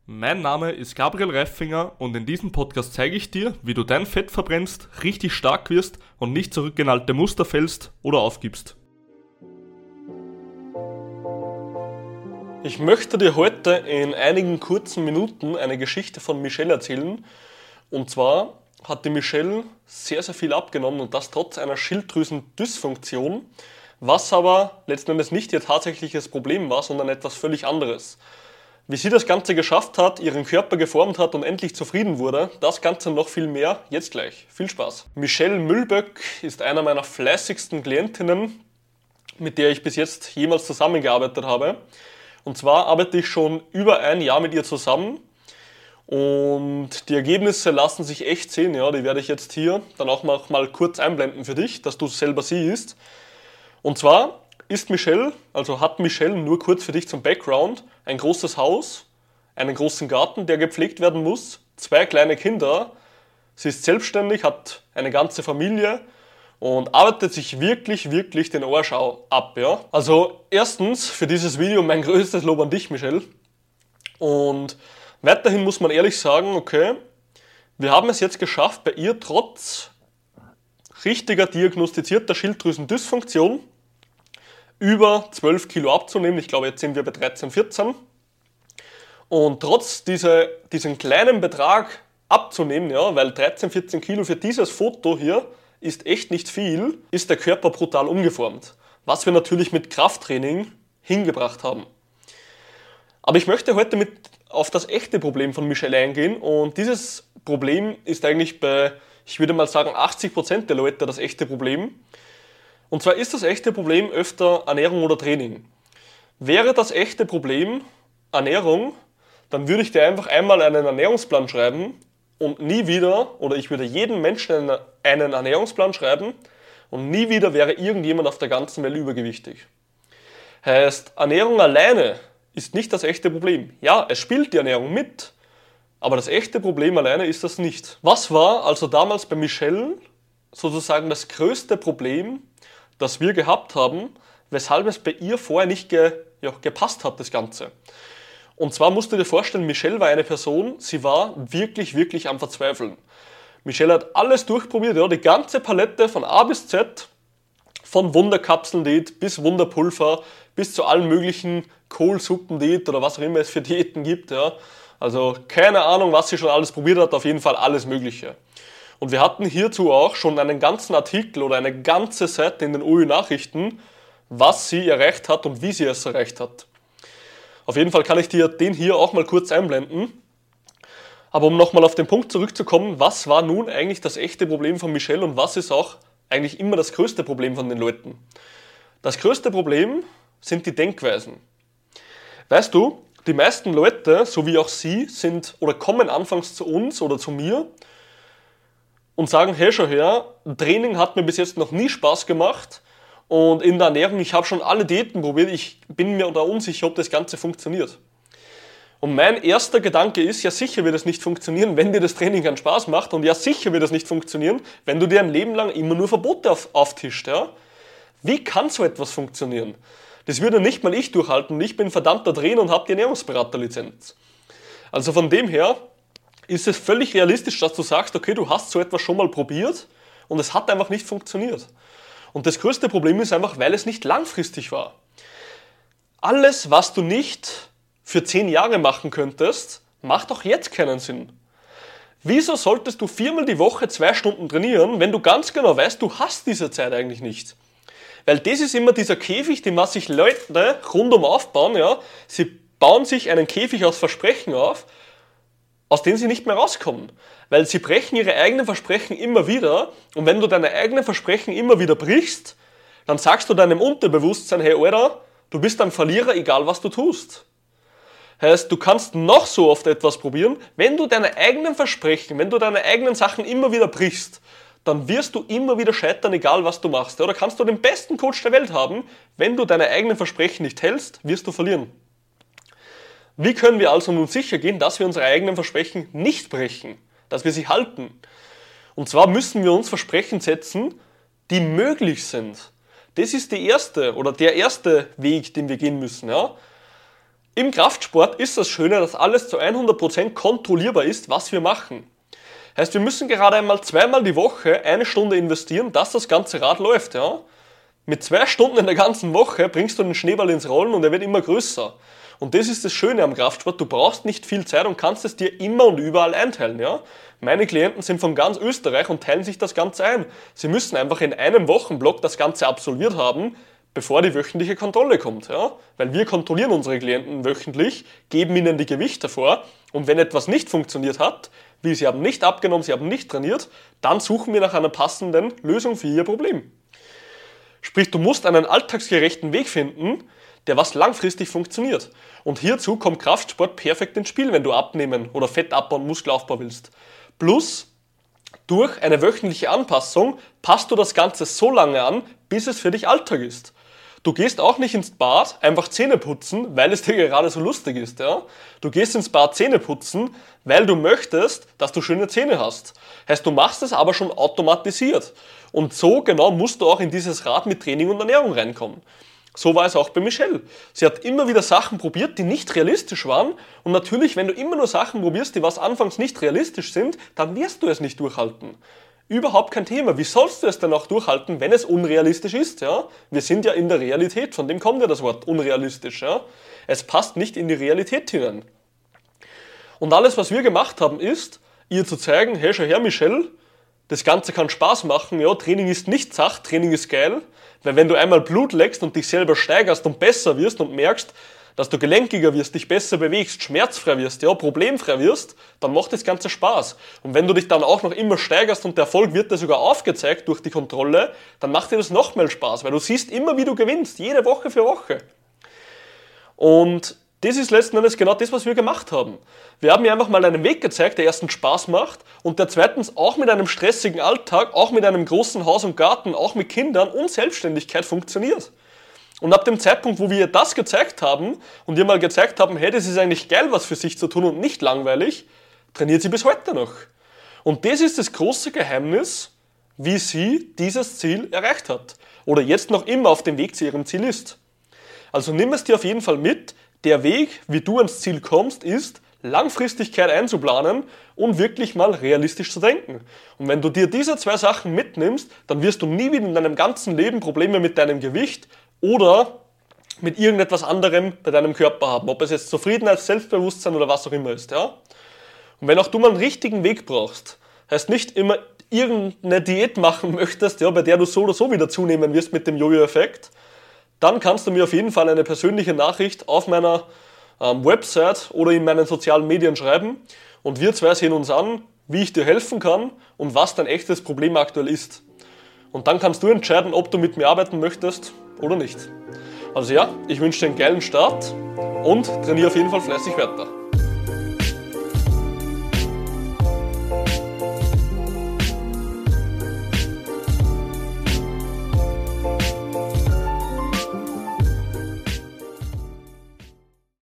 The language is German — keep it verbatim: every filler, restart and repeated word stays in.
Mein Name ist Gabriel Reifinger und in diesem Podcast zeige ich dir, wie du dein Fett verbrennst, richtig stark wirst und nicht zurück in alte Muster fällst oder aufgibst. Ich möchte dir heute in einigen kurzen Minuten eine Geschichte von Michelle erzählen. Und zwar hat die Michelle sehr, sehr viel abgenommen und das trotz einer Schilddrüsendysfunktion, was aber letzten Endes nicht ihr tatsächliches Problem war, sondern etwas völlig anderes. Wie sie das Ganze geschafft hat, ihren Körper geformt hat und endlich zufrieden wurde, das Ganze noch viel mehr, jetzt gleich. Viel Spaß! Michelle Mühlböck ist einer meiner fleißigsten Klientinnen, mit der ich bis jetzt jemals zusammengearbeitet habe. Und zwar arbeite ich schon über ein Jahr mit ihr zusammen und die Ergebnisse lassen sich echt sehen. Ja, die werde ich jetzt hier dann auch mal, mal kurz einblenden für dich, dass du es selber siehst. Und zwar ist Michelle, also hat Michelle, nur kurz für dich zum Background, ein großes Haus, einen großen Garten, der gepflegt werden muss, zwei kleine Kinder. Sie ist selbstständig, hat eine ganze Familie und arbeitet sich wirklich, wirklich den Arsch ab. Ja? Also erstens für dieses Video mein größtes Lob an dich, Michelle. Und weiterhin muss man ehrlich sagen, okay, wir haben es jetzt geschafft, bei ihr trotz richtiger diagnostizierter Schilddrüsendysfunktion über zwölf Kilo abzunehmen. Ich glaube, jetzt sind wir bei dreizehn, vierzehn. Und trotz dieser, diesen kleinen Betrag abzunehmen, ja, weil dreizehn, vierzehn Kilo für dieses Foto hier ist echt nicht viel, ist der Körper brutal umgeformt. Was wir natürlich mit Krafttraining hingebracht haben. Aber ich möchte heute mit auf das echte Problem von Michelle eingehen. Und dieses Problem ist eigentlich bei, ich würde mal sagen, achtzig Prozent der Leute das echte Problem. Und zwar ist das echte Problem öfter Ernährung oder Training. Wäre das echte Problem Ernährung, dann würde ich dir einfach einmal einen Ernährungsplan schreiben und nie wieder, oder ich würde jedem Menschen einen Ernährungsplan schreiben und nie wieder wäre irgendjemand auf der ganzen Welt übergewichtig. Heißt, Ernährung alleine ist nicht das echte Problem. Ja, es spielt die Ernährung mit, aber das echte Problem alleine ist das nicht. Was war also damals bei Michelle sozusagen das größte Problem, das wir gehabt haben, weshalb es bei ihr vorher nicht ge, ja, gepasst hat, das Ganze? Und zwar musst du dir vorstellen, Michelle war eine Person, sie war wirklich, wirklich am Verzweifeln. Michelle hat alles durchprobiert, ja, die ganze Palette von A bis Z, von Wunderkapseln-Diät bis Wunderpulver, bis zu allen möglichen Kohlsuppen-Diät oder was auch immer es für Diäten gibt. Ja. Also keine Ahnung, was sie schon alles probiert hat, auf jeden Fall alles Mögliche. Und wir hatten hierzu auch schon einen ganzen Artikel oder eine ganze Seite in den O Ö-Nachrichten, was sie erreicht hat und wie sie es erreicht hat. Auf jeden Fall kann ich dir den hier auch mal kurz einblenden. Aber um nochmal auf den Punkt zurückzukommen, was war nun eigentlich das echte Problem von Michelle und was ist auch eigentlich immer das größte Problem von den Leuten? Das größte Problem sind die Denkweisen. Weißt du, die meisten Leute, so wie auch sie, sind oder kommen anfangs zu uns oder zu mir und sagen, hey, schau her, Training hat mir bis jetzt noch nie Spaß gemacht und in der Ernährung, ich habe schon alle Diäten probiert, ich bin mir da unsicher, ob das Ganze funktioniert. Und mein erster Gedanke ist, ja sicher wird es nicht funktionieren, wenn dir das Training keinen Spaß macht und ja sicher wird es nicht funktionieren, wenn du dir ein Leben lang immer nur Verbote auf, auftischt. Ja? Wie kann so etwas funktionieren? Das würde nicht mal ich durchhalten und ich bin verdammter Trainer und habe die Ernährungsberaterlizenz. Also von dem her ist es völlig realistisch, dass du sagst, okay, du hast so etwas schon mal probiert und es hat einfach nicht funktioniert. Und das größte Problem ist einfach, weil es nicht langfristig war. Alles, was du nicht für zehn Jahre machen könntest, macht auch jetzt keinen Sinn. Wieso solltest du viermal die Woche zwei Stunden trainieren, wenn du ganz genau weißt, du hast diese Zeit eigentlich nicht? Weil das ist immer dieser Käfig, den was sich Leute rundum aufbauen. Ja? Sie bauen sich einen Käfig aus Versprechen auf, aus denen sie nicht mehr rauskommen. Weil sie brechen ihre eigenen Versprechen immer wieder und wenn du deine eigenen Versprechen immer wieder brichst, dann sagst du deinem Unterbewusstsein, hey Alter, du bist ein Verlierer, egal was du tust. Heißt, du kannst noch so oft etwas probieren, wenn du deine eigenen Versprechen, wenn du deine eigenen Sachen immer wieder brichst, dann wirst du immer wieder scheitern, egal was du machst. Oder kannst du den besten Coach der Welt haben, wenn du deine eigenen Versprechen nicht hältst, wirst du verlieren. Wie können wir also nun sicher gehen, dass wir unsere eigenen Versprechen nicht brechen, dass wir sie halten? Und zwar müssen wir uns Versprechen setzen, die möglich sind. Das ist die erste oder der erste Weg, den wir gehen müssen. Ja? Im Kraftsport ist das Schöne, dass alles zu hundert Prozent kontrollierbar ist, was wir machen. Heißt, wir müssen gerade einmal zweimal die Woche eine Stunde investieren, dass das ganze Rad läuft. Ja? Mit zwei Stunden in der ganzen Woche bringst du den Schneeball ins Rollen und er wird immer größer. Und das ist das Schöne am Kraftsport, du brauchst nicht viel Zeit und kannst es dir immer und überall einteilen. Ja? Meine Klienten sind von ganz Österreich und teilen sich das Ganze ein. Sie müssen einfach in einem Wochenblock das Ganze absolviert haben, bevor die wöchentliche Kontrolle kommt. Ja? Weil wir kontrollieren unsere Klienten wöchentlich, geben ihnen die Gewichte vor und wenn etwas nicht funktioniert hat, wie sie haben nicht abgenommen, sie haben nicht trainiert, dann suchen wir nach einer passenden Lösung für ihr Problem. Sprich, du musst einen alltagsgerechten Weg finden, der was langfristig funktioniert. Und hierzu kommt Kraftsport perfekt ins Spiel, wenn du abnehmen oder Fett abbauen, Muskelaufbau willst. Plus, durch eine wöchentliche Anpassung passt du das Ganze so lange an, bis es für dich Alltag ist. Du gehst auch nicht ins Bad, einfach Zähne putzen, weil es dir gerade so lustig ist. Ja? Du gehst ins Bad Zähne putzen, weil du möchtest, dass du schöne Zähne hast. Heißt, du machst es aber schon automatisiert. Und so genau musst du auch in dieses Rad mit Training und Ernährung reinkommen. So war es auch bei Michelle. Sie hat immer wieder Sachen probiert, die nicht realistisch waren. Und natürlich, wenn du immer nur Sachen probierst, die was anfangs nicht realistisch sind, dann wirst du es nicht durchhalten. Überhaupt kein Thema. Wie sollst du es denn auch durchhalten, wenn es unrealistisch ist? Ja? Wir sind ja in der Realität, von dem kommt ja das Wort unrealistisch. Ja? Es passt nicht in die Realität hinein. Und alles, was wir gemacht haben, ist, ihr zu zeigen, hey, schau her, Michelle, das Ganze kann Spaß machen, ja, Training ist nicht Sach, Training ist geil, weil wenn du einmal Blut leckst und dich selber steigerst und besser wirst und merkst, dass du gelenkiger wirst, dich besser bewegst, schmerzfrei wirst, ja, problemfrei wirst, dann macht das Ganze Spaß. Und wenn du dich dann auch noch immer steigerst und der Erfolg wird dir sogar aufgezeigt durch die Kontrolle, dann macht dir das noch mehr Spaß, weil du siehst immer, wie du gewinnst, jede Woche für Woche. Und das ist letzten Endes genau das, was wir gemacht haben. Wir haben ihr einfach mal einen Weg gezeigt, der erstens Spaß macht und der zweitens auch mit einem stressigen Alltag, auch mit einem großen Haus und Garten, auch mit Kindern und Selbstständigkeit funktioniert. Und ab dem Zeitpunkt, wo wir ihr das gezeigt haben und ihr mal gezeigt haben, hey, das ist eigentlich geil, was für sich zu tun und nicht langweilig, trainiert sie bis heute noch. Und das ist das große Geheimnis, wie sie dieses Ziel erreicht hat. Oder jetzt noch immer auf dem Weg zu ihrem Ziel ist. Also nimm es dir auf jeden Fall mit. Der Weg, wie du ans Ziel kommst, ist, Langfristigkeit einzuplanen und wirklich mal realistisch zu denken. Und wenn du dir diese zwei Sachen mitnimmst, dann wirst du nie wieder in deinem ganzen Leben Probleme mit deinem Gewicht oder mit irgendetwas anderem bei deinem Körper haben. Ob es jetzt Zufriedenheit, Selbstbewusstsein oder was auch immer ist. Ja? Und wenn auch du mal einen richtigen Weg brauchst, heißt nicht immer irgendeine Diät machen möchtest, ja, bei der du so oder so wieder zunehmen wirst mit dem Jojo-Effekt, dann kannst du mir auf jeden Fall eine persönliche Nachricht auf meiner ähm, Website oder in meinen sozialen Medien schreiben und wir zwei sehen uns an, wie ich dir helfen kann und was dein echtes Problem aktuell ist. Und dann kannst du entscheiden, ob du mit mir arbeiten möchtest oder nicht. Also ja, ich wünsche dir einen geilen Start und trainiere auf jeden Fall fleißig weiter.